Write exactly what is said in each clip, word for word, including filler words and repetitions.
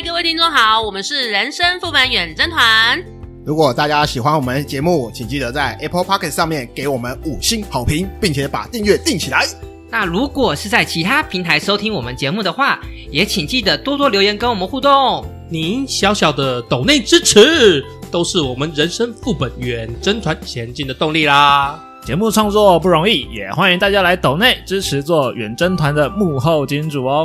嗨，各位听众好，我们是人生副本远征团。 如果大家喜欢我们的节目，请记得在 Apple Podcast 上面给我们五星好评，并且把订阅订起来。 那如果是在其他平台收听我们节目的话，也请记得多多留言跟我们互动。 您小小的抖内支持，都是我们人生副本远征团前进的动力啦。 节目创作不容易，也欢迎大家来抖内支持做远征团的幕后金主哦。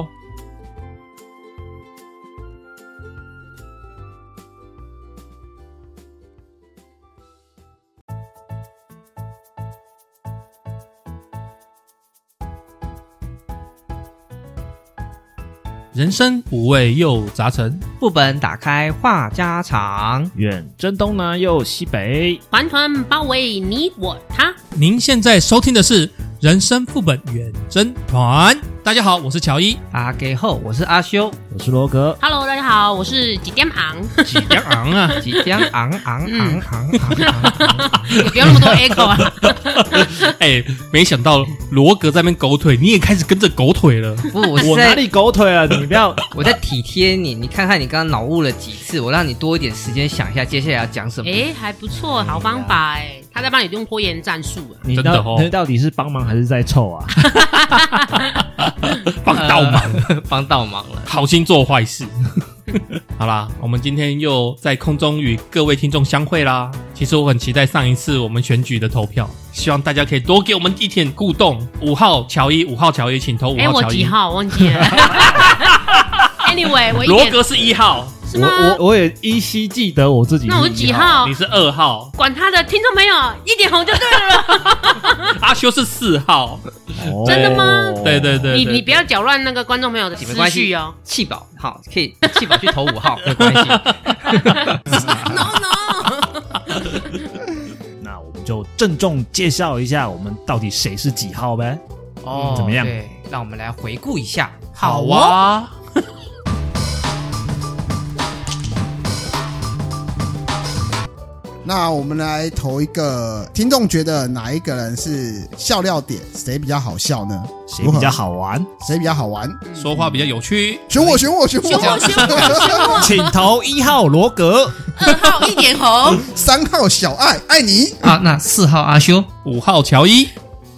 人生五味又杂陈， 副本打开话家常， 远征东南又西北， 团团包围你我他。 您现在收听的是人生副本远征团。大家好，我是乔伊。 大家好，我是阿修， 我是罗格。 Hello， 大家好，我是几点昂。 几点昂啊？ 即将昂昂昂昂昂， 你不要那么多 echo 啊！ 哎、没想到罗格在那边狗腿，你也开始跟着狗腿了。 不，我是在我哪里狗腿了？你不要， 我在体贴你，你看看你刚刚脑雾了几次，我让你多一点时间想一下接下来要讲什么。 哎，还不错，好方法哎。他在帮你用拖延战术啊。 你真的哦到到底是帮忙还是在凑啊？ 帮倒忙， 帮倒忙了， 好心做坏事。好啦，我们今天又在空中与各位听众相会啦。其实我很期待上一次我们选举的投票，希望大家可以多给我们一点互动。五号乔伊，五号乔伊，请投五哎， 号乔伊。 我几号忘记了。Anyway， 我一点罗格是一号， 是吗？ 我我我也依稀记得我自己是一号。 那我几号你？是二号， 管他的，听众朋友一点红就对了。 阿修是四号。 哦真的吗对对对对你你不要搅乱那个观众朋友的思没关系绪哦。 气宝好，可以气宝去投五号，没关系。 No no。 那我们就郑重介绍一下，我们到底谁是几号呗？ 哦怎么样对，让我们来回顾一下。 好啊。 那我们来投一个，听众觉得哪一个人是笑料点，谁比较好笑呢？ 谁比较好玩？ 谁比较好玩？ 说话比较有趣。 选我，选我，选我！ 选我，选我，选我。 请投一号罗格， 二号一点红。 三号小爱，爱你。 啊，那四号阿修， 五号乔伊。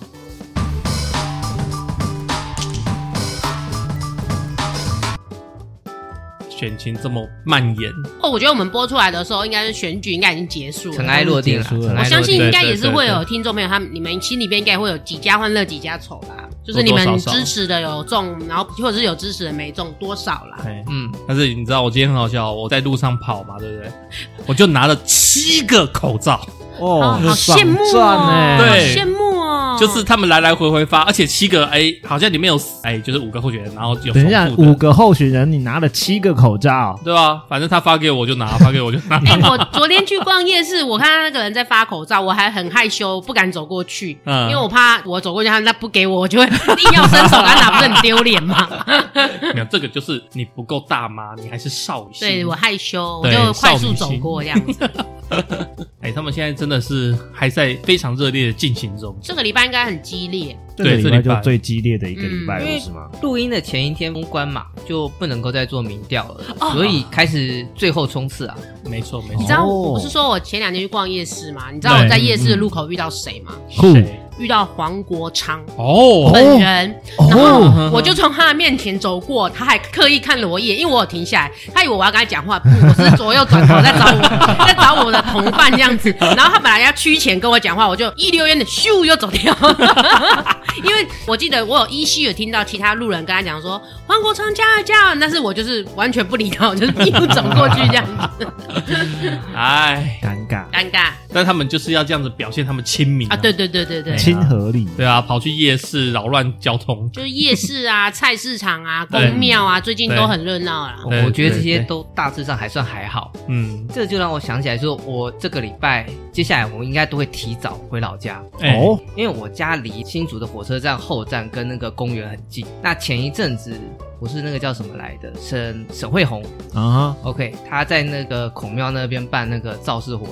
选情这么蔓延， 哦，我觉得我们播出来的时候，应该是选举应该已经结束了， 尘埃落定了， 结束了尘埃落定我相信应该也是对对对会有听众朋友，他们你们心里边应该会有几家欢乐几家愁啦，就是你们多多少少支持的有中，然后或者是有支持的没中，多少啦？ 哎嗯， 但是你知道我今天很好笑，我在路上跑嘛，对不对？我就拿了七个口罩， 哦， 哦， 好羡慕爽哦， 欸好对羡慕哦， 就是他们来来回回发，而且七个哎，好像里面有哎，就是五个候选人，然后有等一下， 重复的五个候选人，你拿了七个口罩， 对吧？反正他发给我就拿，发给我就拿。 哎、我昨天去逛夜市，我看到那个人在发口罩，我还很害羞，不敢走过去， 嗯因为我怕我走过去，他他不给我，我就会硬要伸手给他拿，不是很丢脸吗？ 没有，这个就是你不够大妈，你还是少女心。 对我害羞，我对就快速走过这样子。 哎，他们现在真的是还在非常热烈的进行中。 这个礼拜应该很激烈， 这个礼拜对这礼拜就最激烈的一个礼拜嗯了，是吗？ 录音的前一天封关嘛，就不能够再做民调了， 哦所以开始最后冲刺啊。 没错没错。 你知道哦我不是说我前两天去逛夜市吗？你知道我在夜市的路口遇到谁吗？ 酷谁遇到黄国昌哦， 本人， 哦然后我就从他的面前走过，他还刻意看了我一眼，因为我有停下来，他以为我要跟他讲话，不，我是左右转头在找我，在找我的同伴这样子。然后他本来要趋前跟我讲话，我就一溜烟的咻又走掉，因为我记得我有依稀有听到其他路人跟他讲说黄国昌加油加油，但是我就是完全不理他，我就是一路走过去这样子， 哎， 尴尬， 尴尬但他们就是要这样子表现他们亲民啊！对对对对对。 亲和力， 对啊，跑去夜市扰乱交通。 就是夜市啊、菜市场啊、 对公庙啊，最近都很热闹啦。 对我觉得这些对对都大致上还算还好。 嗯， 这就让我想起来说，我这个礼拜接下来我应该都会提早回老家， 哎哦， 因为我家离新竹的火车站后站跟那个公园很近。那前一阵子不是那个叫什么来的沈沈惠红啊哈， ，OK，他在那个孔庙那边办那个造势活动，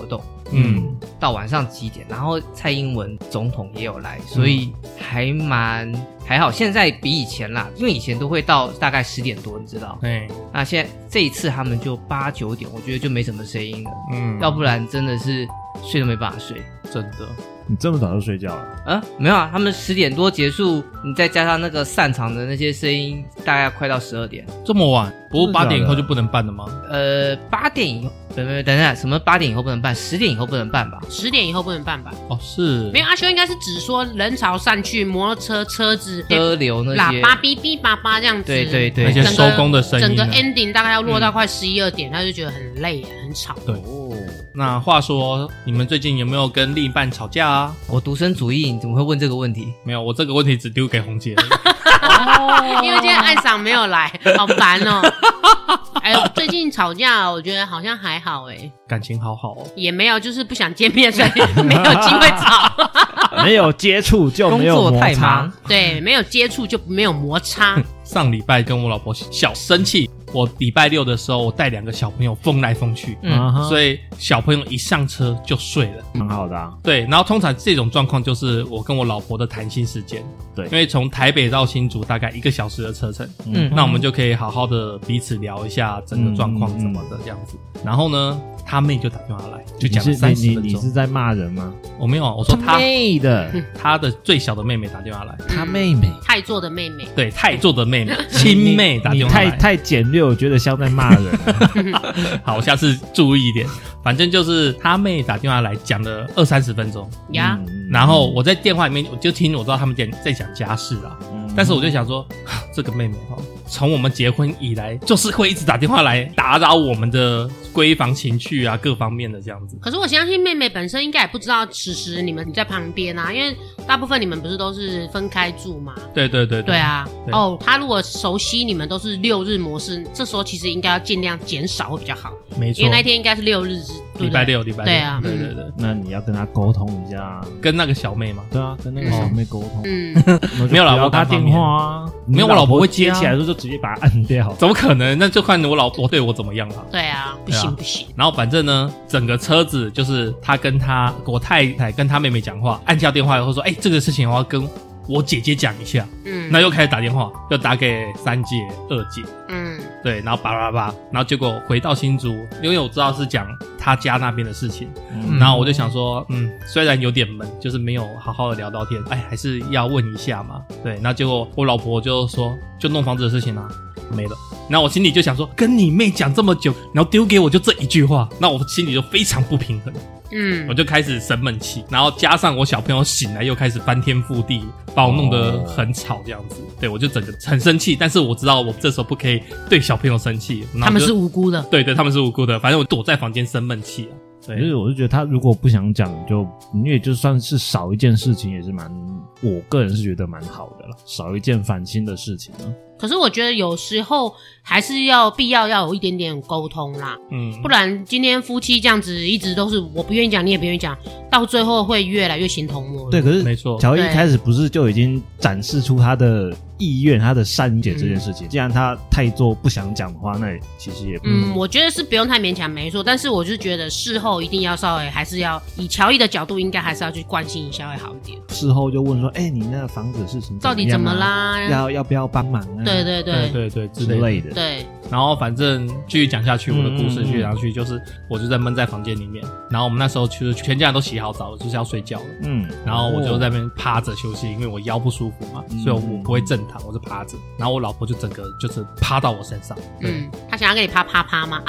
嗯，到晚上几点，然后蔡英文总统也有来，所以还蛮还好。现在比以前啦，因为以前都会到大概十点多，你知道？ 对， 那现在这一次他们就八九点，我觉得就没什么声音了。 嗯， 要不然真的是睡都没办法睡。 真的。 你这么早就睡觉了？ 啊，没有啊，他们十点多结束，你再加上那个散场的那些声音，大概快到十二点。 这么晚？不过八点以后就不能办了吗？ 呃，八点以后，不不不，等等，什么八点以后不能办？十点以后不能办吧？ 十点以后不能办吧？ 哦，是。 没有，阿修应该是只说人潮散去，摩托车、车子、 车流那些喇叭哔哔叭叭这样子。 对对对， 那些收工的声音、啊， 整个 ending 大概要落到快十一二点，他就觉得很累，很吵。 对。那话说，你们最近有没有跟另一半吵架啊？ 我独身主义，你怎么会问这个问题？ 没有，我这个问题只丢给红姐。 哦，因为今天艾赏没有来，好烦哦。哎呦，最近吵架，我觉得好像还好哎， 感情好好哦。 也没有，就是不想见面，所以没有机会吵。 没有接触就没有摩擦， 工作太忙， 对，没有接触就没有摩擦。 上礼拜跟我老婆小生气，我礼拜六的时候我带两个小朋友疯来疯去， 嗯， 所以小朋友一上车就睡了， 很好的啊。 对，然后通常这种状况就是我跟我老婆的谈心时间， 对， 因为从台北到新竹大概一个小时的车程， 嗯， 那我们就可以好好的彼此聊一下整个状况什么的这样子。然后呢，他妹就打电话来，就讲了三十分钟。 你你是在骂人吗？ 我没有，我说他妹的， 他的最小的妹妹打电话来， 他妹妹， 太做的妹妹， 对，太做的妹妹，亲妹打电话来， 你太太简略，我觉得像在骂人。 好，我下次注意一点。反正就是他妹打电话来讲了二三十分钟呀， 嗯、 然后我在电话里面我就听，我知道他们在讲家事啊，嗯、但是我就想说，这个妹妹哈，从我们结婚以来，就是会一直打电话来打扰我们的闺房情趣啊，各方面的这样子。 可是我相信妹妹本身应该也不知道此时你们在旁边啊，因为大部分你们不是都是分开住嘛。 对对对对, 对啊对，哦，她如果熟悉你们都是六日模式，这时候其实应该要尽量减少会比较好。 没错， 因为那天应该是六日， 礼拜六，礼拜六， 对啊， 对对对。 那你要跟她沟通一下， 跟那个小妹嘛。 对啊，跟那个小妹沟通。 嗯， 没有老婆打电话啊， 没有我老婆会接起来的时候就直接把它按掉。 怎么可能？那就看我老婆对我怎么样了。 对啊，不行不行。 然后反正呢，整个车子就是他跟他我太太跟他妹妹讲话，按下电话以后说，哎、欸，这个事情我要跟我姐姐讲一下。嗯，那又开始打电话，又打给三姐、二姐。嗯，对，然后叭叭叭，然后结果回到新竹，因为我知道是讲他家那边的事情，嗯、然后我就想说，嗯，虽然有点闷，就是没有好好的聊到天，哎，还是要问一下嘛。对，那结果我老婆就说，就弄房子的事情啊，没了。然后我心里就想说，跟你妹讲这么久，然后丢给我就这一句话，那我心里就非常不平衡。嗯，我就开始生闷气，然后加上我小朋友醒来又开始翻天覆地，把我弄得很吵这样子。对，我就整个很生气，但是我知道我这时候不可以对小朋友生气， 他们是无辜的。 对对，他们是无辜的，反正我躲在房间生闷气啊。 对，就是我是觉得他如果不想讲，就因为就算是少一件事情，也是蛮，我个人是觉得蛮好的了，少一件烦心的事情呢。 可是我觉得有时候还是要必要要有一点点沟通啦，嗯，不然今天夫妻这样子一直都是我不愿意讲，你也不愿意讲，到最后会越来越形同陌路。 对，可是没错， 乔伊一开始不是就已经展示出他的意愿，他的善解这件事情。嗯、既然他太做不想讲的话，那其实也不嗯，我觉得是不用太勉强，没错。但是我就觉得事后一定要稍微还是要以乔伊的角度，应该还是要去关心一下会好一点。 事后就问说，哎、欸，你那个房子事情、啊、 到底怎么啦？ 要要不要帮忙啊？ 对对对对对对之类的。 对。 然后反正继续讲下去，我的故事继续讲下去，就是我就在闷在房间里面，然后我们那时候其实全家人都洗好澡了，就是要睡觉了，嗯，然后我就在那边趴着休息，因为我腰不舒服嘛，嗯、所以我不会正躺，我是趴着，然后我老婆就整个就是趴到我身上， 嗯，她想要跟你啪啪啪吗？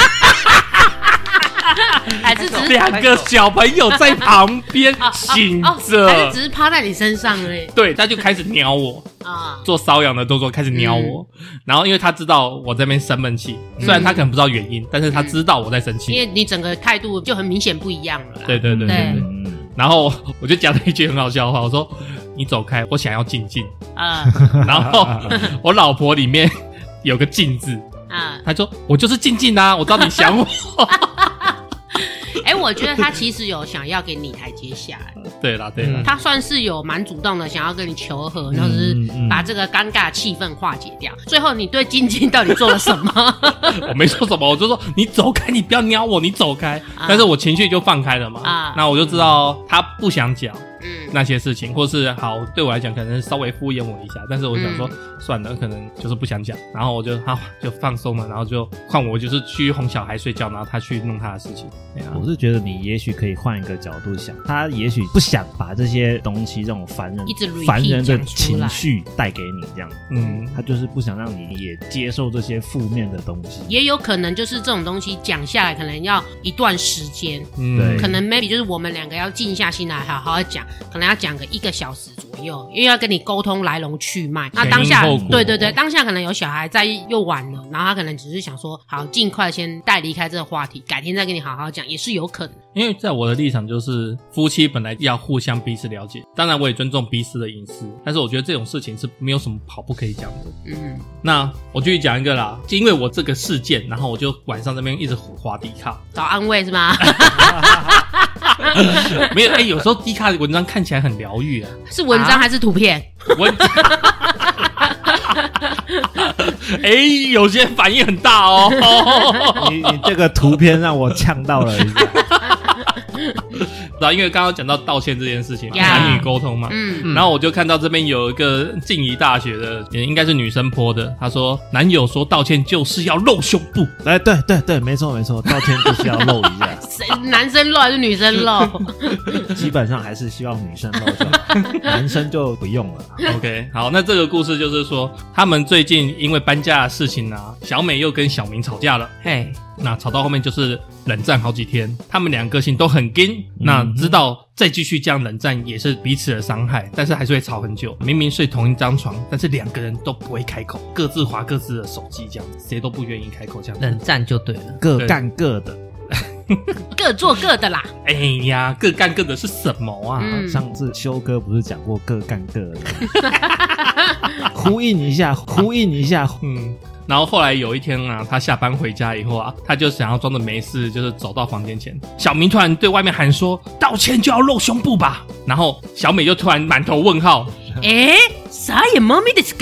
还是只是两个小朋友在旁边醒着， 还是只是趴在你身上而已？ 对，他就开始撩我啊，做瘙痒的动作，开始撩我。嗯、然后因为他知道我在那边生闷气，虽然他可能不知道原因，嗯、但是他知道我在生气， 因为你整个态度就很明显不一样了啦。 对对对对 对, 对。然后我就讲了一句很好笑的话，我说：“你走开，我想要静静。”啊，然后我老婆里面有个静字啊，他说：“我就是静静啊，我知道你想我。” 哎、欸， 我觉得他其实有想要给你台阶下来， 对啦，对啦， 他算是有蛮主动的，想要跟你求和，然后就是把这个尴尬气氛化解掉。最后，你对晶晶到底做了什么？ 我没说什么，我就说你走开，你不要鸟我，你走开。啊、但是我情绪就放开了嘛，啊，那我就知道他不想讲。嗯，那些事情，或是好对我来讲，可能稍微敷衍我一下，但是我想说，嗯、算了，可能就是不想讲，然后我就好就放松了，然后就换我就是去哄小孩睡觉，然后他去弄他的事情。 我是觉得你也许可以换一个角度想，他也许不想把这些东西这种烦人、烦人的情绪带给你，这样，嗯，他就是不想让你也接受这些负面的东西。 也有可能就是这种东西讲下来，可能要一段时间，嗯，对，可能 maybe 就是我们两个要静下心来，好好讲。可能要讲个一个小时左右，因为要跟你沟通来龙去脉。那当下，对对对，当下可能有小孩在又晚了，然后他可能只是想说，好，尽快先带离开这个话题，改天再跟你好好讲，也是有可能。 因为在我的立场就是，夫妻本来要互相彼此了解，当然我也尊重彼此的隐私，但是我觉得这种事情是没有什么好不可以讲的。嗯，那我继续讲一个啦，就因为我这个事件，然后我就晚上这边一直滑迪卡找安慰是吗？ 没有，哎、欸，有时候迪卡的文章看起来很疗愈啊。 是文章还是图片？ 文章。哎、欸，有些反应很大哦。 你你这个图片让我呛到了一下。 然后因为刚刚讲到道歉这件事情， yeah. 男女沟通嘛，嗯，然后我就看到这边有一个静宜大学的，也应该是女生po的，她说男友说道歉就是要露胸部， 哎，对对对，没错没错，道歉就是要露一下。 男生露还是女生露？ 基本上还是希望女生露就好，男生就不用了。 OK， 好，那这个故事就是说，他们最近因为搬家的事情啊，小美又跟小明吵架了，嘿。那吵到后面就是冷战好几天，他们两个个性都很硬，那知道再继续这样冷战也是彼此的伤害，但是还是会吵很久。明明睡同一张床，但是两个人都不会开口，各自滑各自的手机，这样子谁都不愿意开口，这样子冷战就对了， 各干各的。 各做各的啦。 哎呀，各干各的是什么啊？ 嗯、上次修哥不是讲过各干各的？呼应一下，呼应一下。 嗯。然后后来有一天啊，他下班回家以后啊，他就想要装着没事，就是走到房间前，小明突然对外面喊说：“道歉就要露胸部吧。”然后小美就突然满头问号， 诶，啥也猫咪的这个？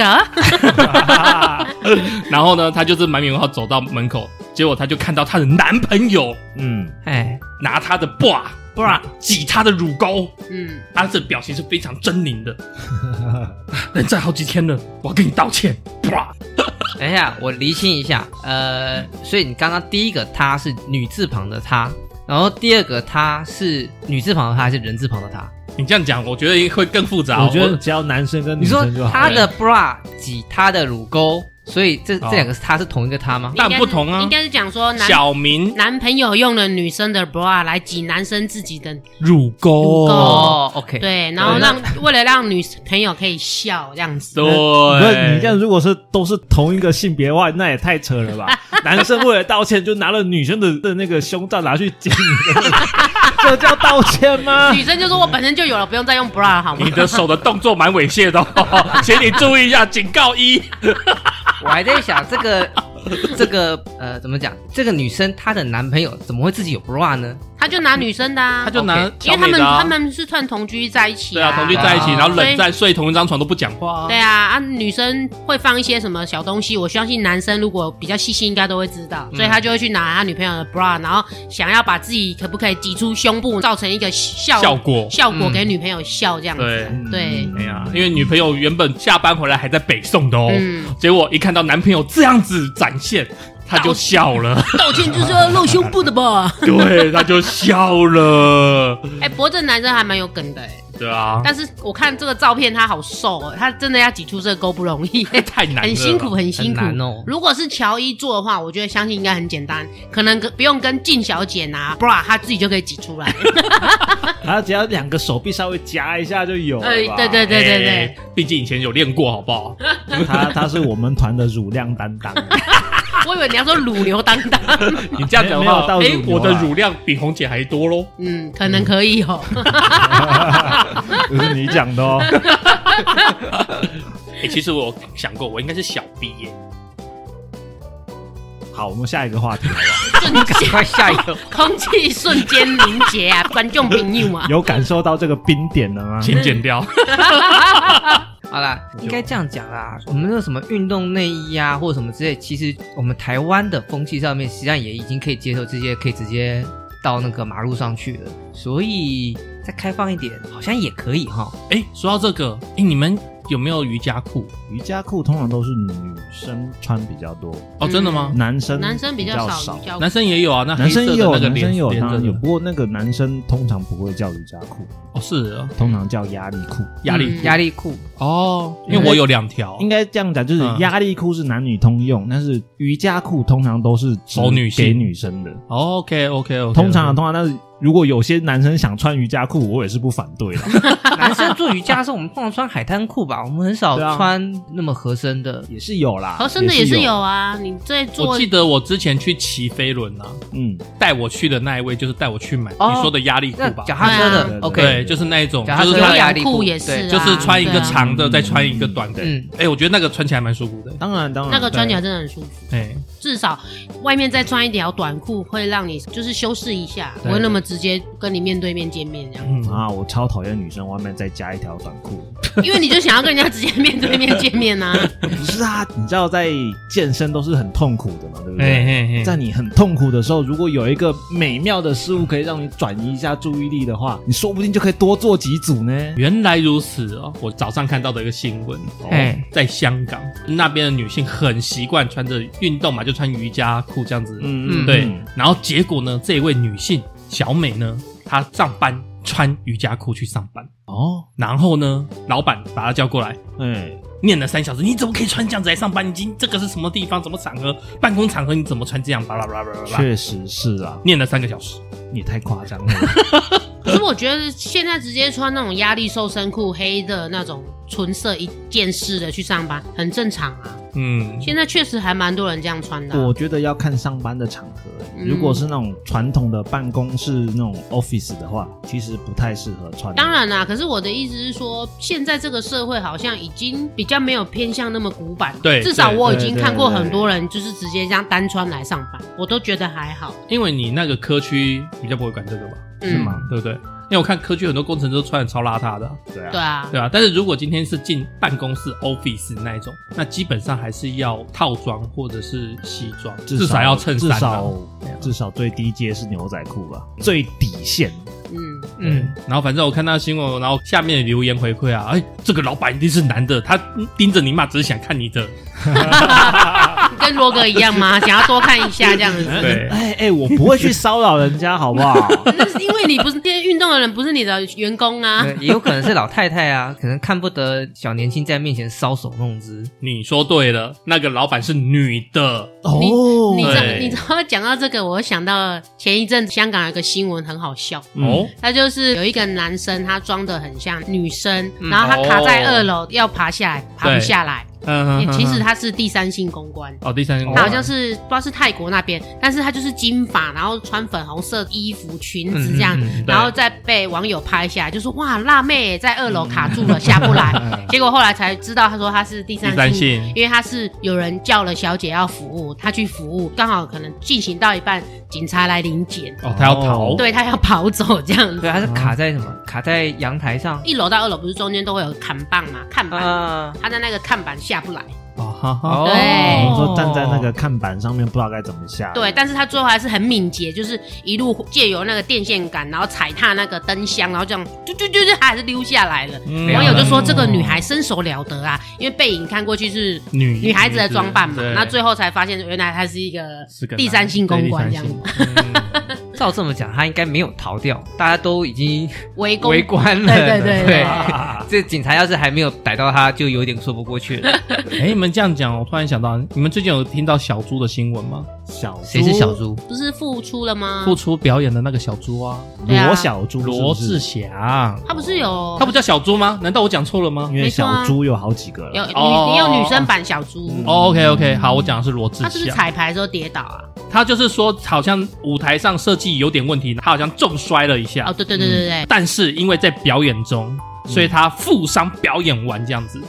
然后呢，他就是满面问号走到门口，结果他就看到她的男朋友，嗯，哎，拿他的 bra bra 挤他的乳沟，嗯，他这表情是非常狰狞的。冷战好几天了，我要跟你道歉 ，bra。 等一下，我厘清一下，呃，所以你刚刚第一个他是女字旁的他，然后第二个他是女字旁的他还是人字旁的他？ 你这样讲，我觉得会更复杂。 我觉得只要男生跟女生就好。 你说他的 bra 挤他的乳沟，所以这、哦、这两个他是同一个他吗？ 但不同啊， 应该是讲说男小明男朋友用了女生的 bra 来挤男生自己的乳沟。 乳沟哦 ，OK， 对，然后让为了让女朋友可以笑这样子。 对， 你这样如果是都是同一个性别的话，那也太扯了吧？男生为了道歉就拿了女生的的那个胸罩拿去挤你的。这叫道歉吗？ 女生就说我本身就有了，不用再用 bra 好吗？ 你的手的动作蛮猥亵的哦，请你注意一下，警告一。 我还在想这个这个呃怎么讲？这个女生她的男朋友怎么会自己有 bra 呢？ 他就拿女生的啊， 他就拿、okay, 因为他们他们是算同居在一起、啊， 对啊，同居在一起，然后冷战睡同一张床都不讲话、啊。 对啊，啊，女生会放一些什么小东西，我相信男生如果比较细心，应该都会知道，嗯、所以他就会去拿他女朋友的 bra， 然后想要把自己可不可以挤出胸部，造成一个效效果效果给女朋友笑这样子。 对对， 哎呀，因为女朋友原本下班回来还在北宋的哦，嗯、结果一看到男朋友这样子展现。他就笑了， 道歉就是要露胸部的吧？ 对，他就笑了。 哎、欸，不过这男生还蛮有梗的哎、欸。 对啊， 但是我看这个照片，他好瘦哦，他真的要挤出这个沟不容易， 太难了， 很辛苦，很辛苦。 很难哦。 如果是乔伊做的话，我觉得相信应该很简单，可能不用跟静小姐拿 bra， 他自己就可以挤出来。 他只要两个手臂稍微夹一下就有了吧。 哎，对对对对对， 毕竟以前有练过，好不好？ 他他是我们团的乳量担当。 我以为你要说乳牛担当， 你这样讲的话，哎、欸，我的乳量比红姐还多咯。 嗯，可能可以哦。 这是你讲的哦。 哎、欸，其实我有想过，我应该是小 B 耶。 好，我们下一个话题好不好？ 瞬间快下一个， 空气瞬间凝结啊，观众朋友啊， 有感受到这个冰点了吗？ 请剪掉。 好啦，应该这样讲啦。我们那个什么运动内衣啊，或者什么之类，其实我们台湾的风气上面，实际上也已经可以接受这些，可以直接到那个马路上去了。所以再开放一点，好像也可以哈。 哎，说到这个，哎，你们有没有瑜伽裤？ 瑜伽裤通常都是女生穿比较多哦，真的吗？ 男生男生比较少， 瑜伽裤男生也有啊。那男生也有，男生也有， 当然有。不过那个男生通常不会叫瑜伽裤哦，是啊， 通常叫压力裤。 压力压力裤哦，因为我有两条。 应该这样讲，就是压力裤是男女通用，但是瑜伽裤通常都是只给女生的。 OK OK OK。 通常通常，但是如果有些男生想穿瑜伽裤，我也是不反对的。 男生做瑜伽的时候，我们通常穿海滩裤吧，我们很少穿那么合身的， 也是有啦， 合身的也是有啊。你在做， 我记得我之前去骑飞轮啊， 嗯， 带我去的那一位就是带我去买你说的压力裤吧， 脚踏车的 ，OK， 对，就是那一种， 就是有氧裤也是， 就是穿一个长的，再穿一个短的。 嗯， 哎，我觉得那个穿起来蛮舒服的。 当然当然， 那个穿起来真的很舒服。 哎， 至少外面再穿一条短裤，会让你就是修饰一下，不会那么直接跟你面对面见面这样。 嗯啊，我超讨厌女生外面再加一条短裤， 因为你就想要跟人家直接面对面见面啊。 不是啊，你知道在健身都是很痛苦的嘛，对不对？ 嘿嘿嘿， 在你很痛苦的时候，如果有一个美妙的事物可以让你转移一下注意力的话，你说不定就可以多做几组呢。 原来如此哦！我早上看到的一个新闻，哦，在香港那边的女性很习惯穿着运动嘛，就穿瑜伽裤这样子，嗯嗯，对。然后结果呢，这一位女性小美呢，她上班穿瑜伽裤去上班哦，然后呢，老板把她叫过来，哎，念了三小时，你怎么可以穿这样子来上班？你今这个是什么地方？什么场合？办公场合你怎么穿这样？巴拉巴拉巴拉巴拉。 确实是啊， 念了三个小时， 你也太夸张了。 可是我觉得现在直接穿那种压力瘦身裤，黑的那种纯色一件式的去上班，很正常啊。嗯，现在确实还蛮多人这样穿的啊。 我觉得要看上班的场合，嗯，如果是那种传统的办公室那种 office 的话，其实不太适合穿。 当然啦，可是我的意思是说，现在这个社会好像已经比较没有偏向那么古板。 对， 至少我已经看过很多人就是直接这样单穿来上班，我都觉得还好。 因为你那个科区比较不会管这个吧？ 嗯， 是吗？对不对？因为我看科技很多工程师都穿得超邋遢的， 对啊， 对啊， 对啊。但是如果今天是进办公室 office 那一种，那基本上还是要套装或者是西装，至少要衬衫， 至少至少最低阶是牛仔裤吧，最底线。 嗯嗯，然后反正我看到新闻，然后下面的留言回馈啊，哎，这个老板一定是男的，他盯着你骂，只是想看你的。 跟罗格一样吗？想要多看一下这样子。 对， 哎哎，我不会去骚扰人家，好不好？ 那是因为你不是今天运动的人，不是你的员工啊。 也有可能是老太太啊，可能看不得小年轻在面前搔首弄姿。 你说对了，那个老板是女的哦。 你知道你知道讲到这个，我想到前一阵香港有个新闻很好笑哦，他就是有一个男生，他装得很像女生，嗯，然后他卡在二楼，哦，要爬下来，爬不下来。嗯，其实他是第三性公关哦，第三性公关， 他好像是不知道是泰国那边，但是他就是金发，然后穿粉红色衣服裙子这样，嗯嗯，然后再被网友拍下来，就说哇辣妹在二楼卡住了，嗯，下不来。结果后来才知道，他说他是第三 性, 第三性，因为他是有人叫了小姐要服务，他去服务，刚好可能进行到一半，警察来临检， 哦，他要逃， 对他要跑走这样子， 对，他是卡在什么？卡在阳台上， 一楼到二楼不是中间都会有看棒嘛，看板，啊，他在那个看板下不来。 哦，哈哈，对，你说站在那个看板上面不知道该怎么下， 对，但是他最后还是很敏捷，就是一路借由那个电线杆，然后踩踏那个灯箱，然后这样就就就就还是溜下来了。嗯，网友就说这个女孩身手了得啊，因为背影看过去是女女孩子的装扮嘛，那最后才发现原来她是一个第三性公关这样子。 照这么讲，他应该没有逃掉，大家都已经围围观了。 对对对对， 这警察要是还没有逮到他，就有点说不过去了。 哎，你们这样讲，我突然想到，你们最近有听到小猪的新闻吗？ 小谁是小猪？ 不是复出了吗？ 复出表演的那个小猪啊， 罗小猪， 罗志祥， 他不是有， 他不叫小猪吗？难道我讲错了吗？ 因为小猪有好几个了， 有你你有女生版小猪。 哦 OK OK， 好，我讲的是罗志祥。 他是不是彩排的时候跌倒啊？ 他就是说，好像舞台上设计有点问题，他好像重摔了一下。 哦，对对对对对。 但是因为在表演中，所以他负伤表演完这样子。嗯，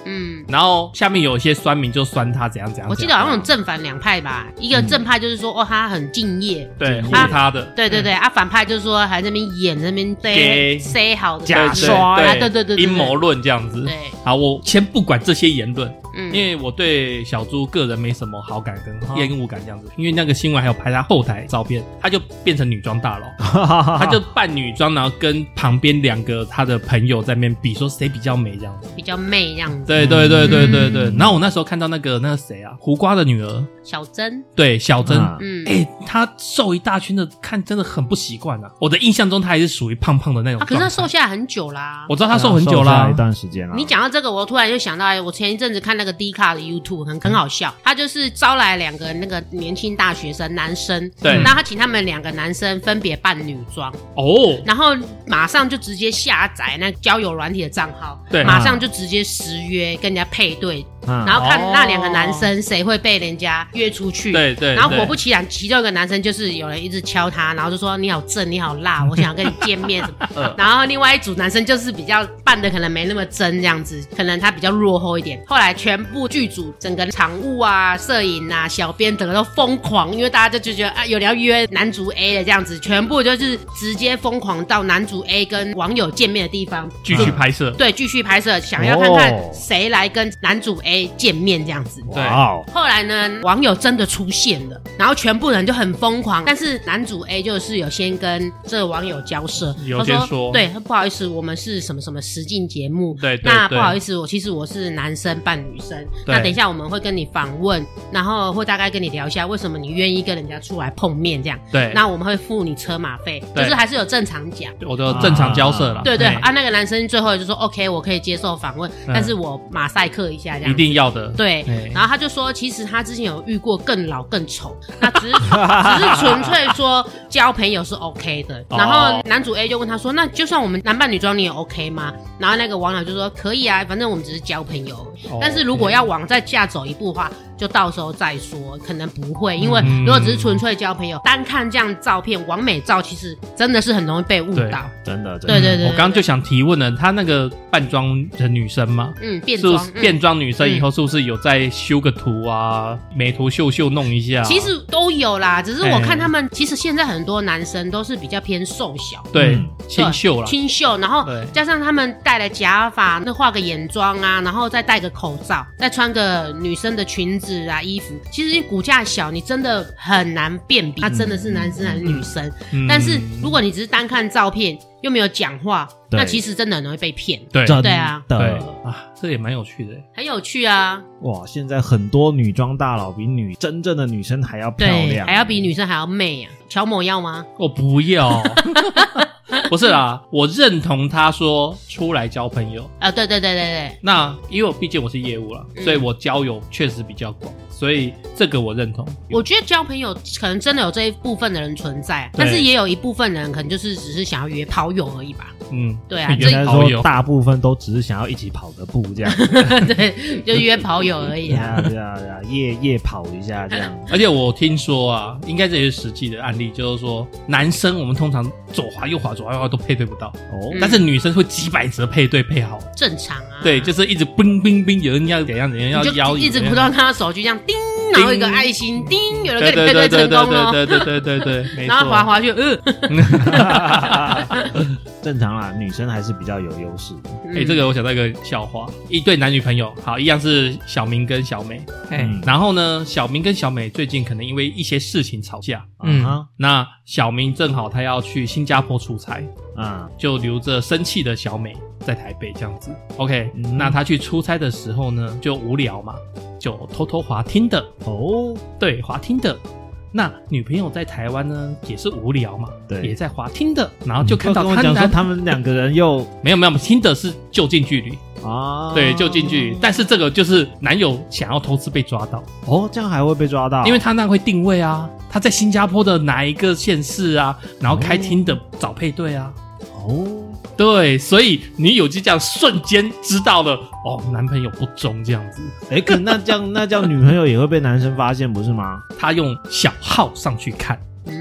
然后下面有一些酸民就酸他怎样怎样。 我记得好像有正反两派吧，一个正派就是说、嗯、哦他很敬业， 对，护他的， 对对对、嗯、啊反派就是说还在那边演在那边 say say 好的假刷， 对对对对， 阴谋论这样子。 对， 好，我先不管这些言论。 嗯， 因为我对小猪个人没什么好感跟厌恶感这样子，因为那个新闻还有拍他后台照片，他就变成女装大佬，他就扮女装，然后跟旁边两个他的朋友在那边比，说谁比较美这样子， 比较媚这样子。 对对对对对对。嗯、然后我那时候看到那个那个谁啊，胡瓜的女儿小珍， 对小珍， 嗯， 哎、欸，她瘦一大圈的，看真的很不习惯啊。我的印象中她还是属于胖胖的那种、啊。 可是她瘦下来很久啦， 我知道她瘦很久啦， 瘦下一段时间啦。 你讲到这个，我突然就想到，我前一阵子看那个 D 卡的 YouTube。很很好笑，他就是招来两个那个年轻大学生男生， 对， 那他请他们两个男生分别扮女装哦， 然后马上就直接下载那交友软体的账号， 对， 马上就直接实约跟人家配对。 嗯、 然后看那两个男生谁会被人家约出去， 对 对, 对。 然后果不其然，其中一个男生就是有人一直敲他，然后就说你好正，你好辣，我想要跟你见面什么。嗯、然后另外一组男生就是比较扮的可能没那么真这样子，可能他比较落后一点。后来全部剧组整个场务啊、摄影啊、小编整个都疯狂，因为大家就觉得啊，有人要约男主 A 的这样子，全部就是直接疯狂到男主 A 跟网友见面的地方继续拍摄， 对，继续拍摄，想要看看谁来跟男主 A。见面这样子， 对。 后来呢，网友真的出现了，然后全部人就很疯狂。但是男主 A 就是有先跟这个网友交涉， 有先说， 说对，不好意思，我们是什么什么实境节目， 对，对那对不好意思，我其实我是男生扮女生，那等一下我们会跟你访问，然后会大概跟你聊一下为什么你愿意跟人家出来碰面这样， 对。 那我们会付你车马费，就是还是有正常讲， 我的正常交涉啦， 啊对对啊，那个男生最后就说 OK， 我可以接受访问，嗯、但是我马赛克一下这样， 一定要的。 对，然后他就说，其实他之前有遇过更老更丑，他只是只是纯粹说交朋友是 OK 的。然后男主 A 就问他说，那就算我们男扮女装你也 OK 吗？然后那个网友就说可以啊，反正我们只是交朋友，哦、但是如果要往再下走一步的话，就到时候再说，可能不会，因为如果只是纯粹交朋友，嗯、单看这样照片完美照，其实真的是很容易被误导， 真的， 对对 对, 对。 我刚刚就想提问了，他那个扮装的女生嘛， 嗯，变装， 是变装女生以后是不是有在修个图啊，美图秀秀弄一下？ 其实都有啦，只是我看他们，欸、其实现在很多男生都是比较偏瘦小， 对，嗯、清秀啦， 清秀，然后加上他们戴了假发，那画个眼妆啊，然后再戴个口罩，再穿个女生的裙子啊衣服，其实骨架小，你真的很难辨别他真的是男生还是女生。嗯、但是如果你只是单看照片又没有讲话，那其实真的很容易被骗。 对对啊， 对啊，这也蛮有趣的， 很有趣啊！ 哇，现在很多女装大佬比女真正的女生还要漂亮， 还要比女生还要媚啊！乔某要吗？ 我不要。不是啦，我认同他说出来交朋友啊，对对对对对。 那因为我毕竟我是业务啦，嗯、所以我交友确实比较广，所以这个我认同。 我觉得交朋友可能真的有这一部分的人存在，但是也有一部分人可能就是只是想要约跑友而已吧。 嗯， 对啊， 应该说大部分都只是想要一起跑个步这样。 对，就约跑友而已啊。 对啊对啊，夜夜跑一下这样。 而且我听说啊，应该这也是实际的案例，就是说男生我们通常左滑右滑左滑右滑都配对不到，哦，但是女生会几百折配对配好， 正常啊。 对，就是一直冰冰冰，有人要怎样怎样要邀， 一直不断看到手机这样叮，然后一个爱心叮，有人跟你配对成功哦。 对对对对对对， 然后滑滑去，嗯。 正常啦，女生还是比较有优势的。 哎、欸，这个我想到一个笑话，一对男女朋友，好，一样是小明跟小美，嗯，然后呢，小明跟小美最近可能因为一些事情吵架，嗯，那小明正好他要去新加坡出差，啊，就留着生气的小美在台北这样子 ，OK，、嗯、那他去出差的时候呢，就无聊嘛，就偷偷滑听的，哦，对，滑听的。那女朋友在台湾呢，也是无聊嘛，对，也在滑听的，然后就看到他、 嗯、跟我讲说他们两个人又没有没有听的是就近距离啊，对，就近距离，但是这个就是男友想要偷吃被抓到哦，这样还会被抓到， 因为他那会定位啊，他在新加坡的哪一个县市啊，然后开听的找配对啊，哦。对，所以女友就这样瞬间知道了哦，男朋友不忠这样子。 哎，可那这样那这样女朋友也会被男生发现不是吗？ 他用小号上去看， 嗯，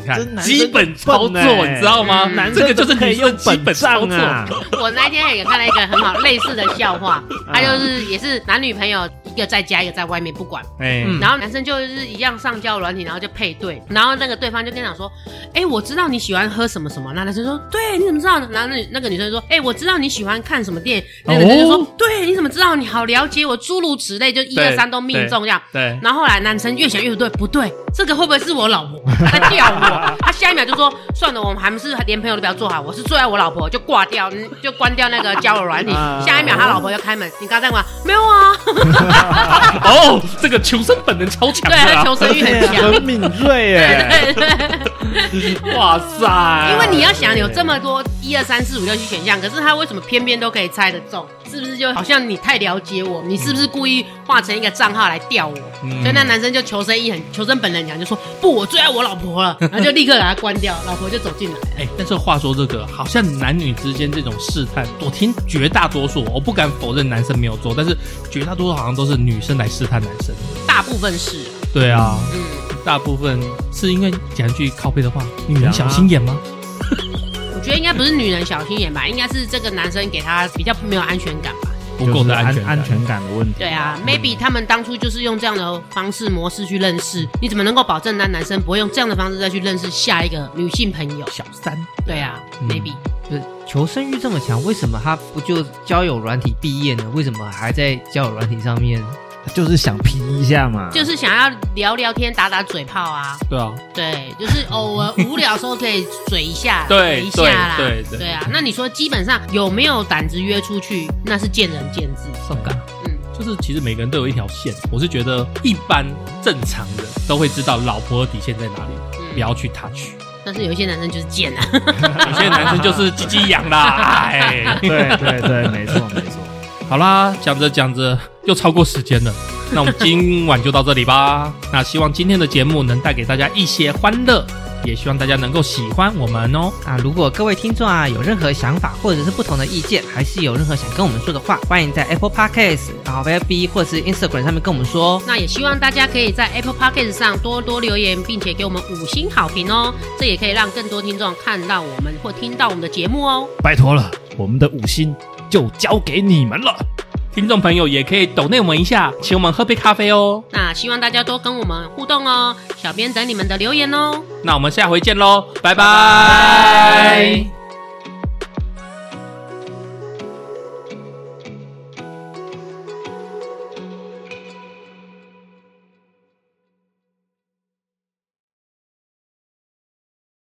你看基本操作，你知道吗？ 嗯、 这个就是可以用基本操作啊。 我那天也看了一个很好类似的笑话，他就是也是男女朋友一个在家一个在外面不管，哎、嗯，然后男生就是一样上交友软体，然后就配对，然后那个对方就跟他讲说，哎，我知道你喜欢喝什么什么，那男生说，对，你怎么知道呢？然后那那个女生说，哎，我知道你喜欢看什么电影，那个男生就说，哦、对，你怎么知道？你好了解我，诸如此类，就一二三都命中这样。 对。 然后后来男生越想越不对，不对，这个会不会是我老婆？他在吊我？他下一秒就说，算了，我们还是连朋友都不要做好，我是最爱我老婆，就挂掉，就关掉那个交友软体。下一秒他老婆就开门，你刚才问没有啊？ 哦，这个求生本能超强的、啊， 对，他求生欲很强， 很敏锐耶。 对对对， 哇塞！ 因为你要想有这么多一二三四五六七选项，可是他为什么偏偏都可以猜得中？是不是就好像你太了解我？你是不是故意画成一个账号来钓我？嗯、所以那男生就求生欲很求生本能强，就说不，我最爱我老婆了，然后就立刻把他关掉，老婆就走进来。 哎、欸，但是话说这个，好像男女之间这种试探，我听绝大多数，我不敢否认男生没有做，但是绝大多数好像都是女生来试探男生。 大部分是。 对啊，嗯，大部分是因为讲一句靠背的话，女人小心眼吗？ 我觉得应该不是女人小心眼吧，应该是这个男生给他比较没有安全感吧， 不够的安全安全感的问题。 对啊 ，maybe 他们当初就是用这样的方式模式去认识，你怎么能够保证那男生不会用这样的方式再去认识下一个女性朋友？ 小三。 对啊、嗯、，maybe。 就是求生欲这么强，为什么他不就交友软体毕业呢？为什么还在交友软体上面？ 他就是想拼一下嘛， 就是想要聊聊天、打打嘴炮啊。 对啊， 对，就是偶尔无聊的时候可以嘴一下， 对嘴一下啦。 对对 对, 对啊，那你说基本上有没有胆子约出去，那是见仁见智。 受感， 嗯，就是其实每个人都有一条线。我是觉得一般正常的都会知道老婆的底线在哪里，嗯、不要去 touch。 但是有一些男生就是贱啊， 有些男生就是鸡鸡痒啦。哎， 对对对，没错没错。 好啦，讲着讲着又超过时间了，那我们今晚就到这里吧。那希望今天的节目能带给大家一些欢乐，也希望大家能够喜欢我们哦。 啊，如果各位听众啊有任何想法或者是不同的意见，还是有任何想跟我们说的话，欢迎在 Apple Podcast 然后 F B 或者是 Instagram 上面跟我们说。 那也希望大家可以在 Apple Podcast 上多多留言，并且给我们五星好评哦，这也可以让更多听众看到我们或听到我们的节目哦。 拜托了，我们的五星就交给你们了。 听众朋友也可以抖内我们一下，请我们喝杯咖啡哦。 那希望大家多跟我们互动哦，小编等你们的留言哦。 那我们下回见喽，拜拜。 拜拜。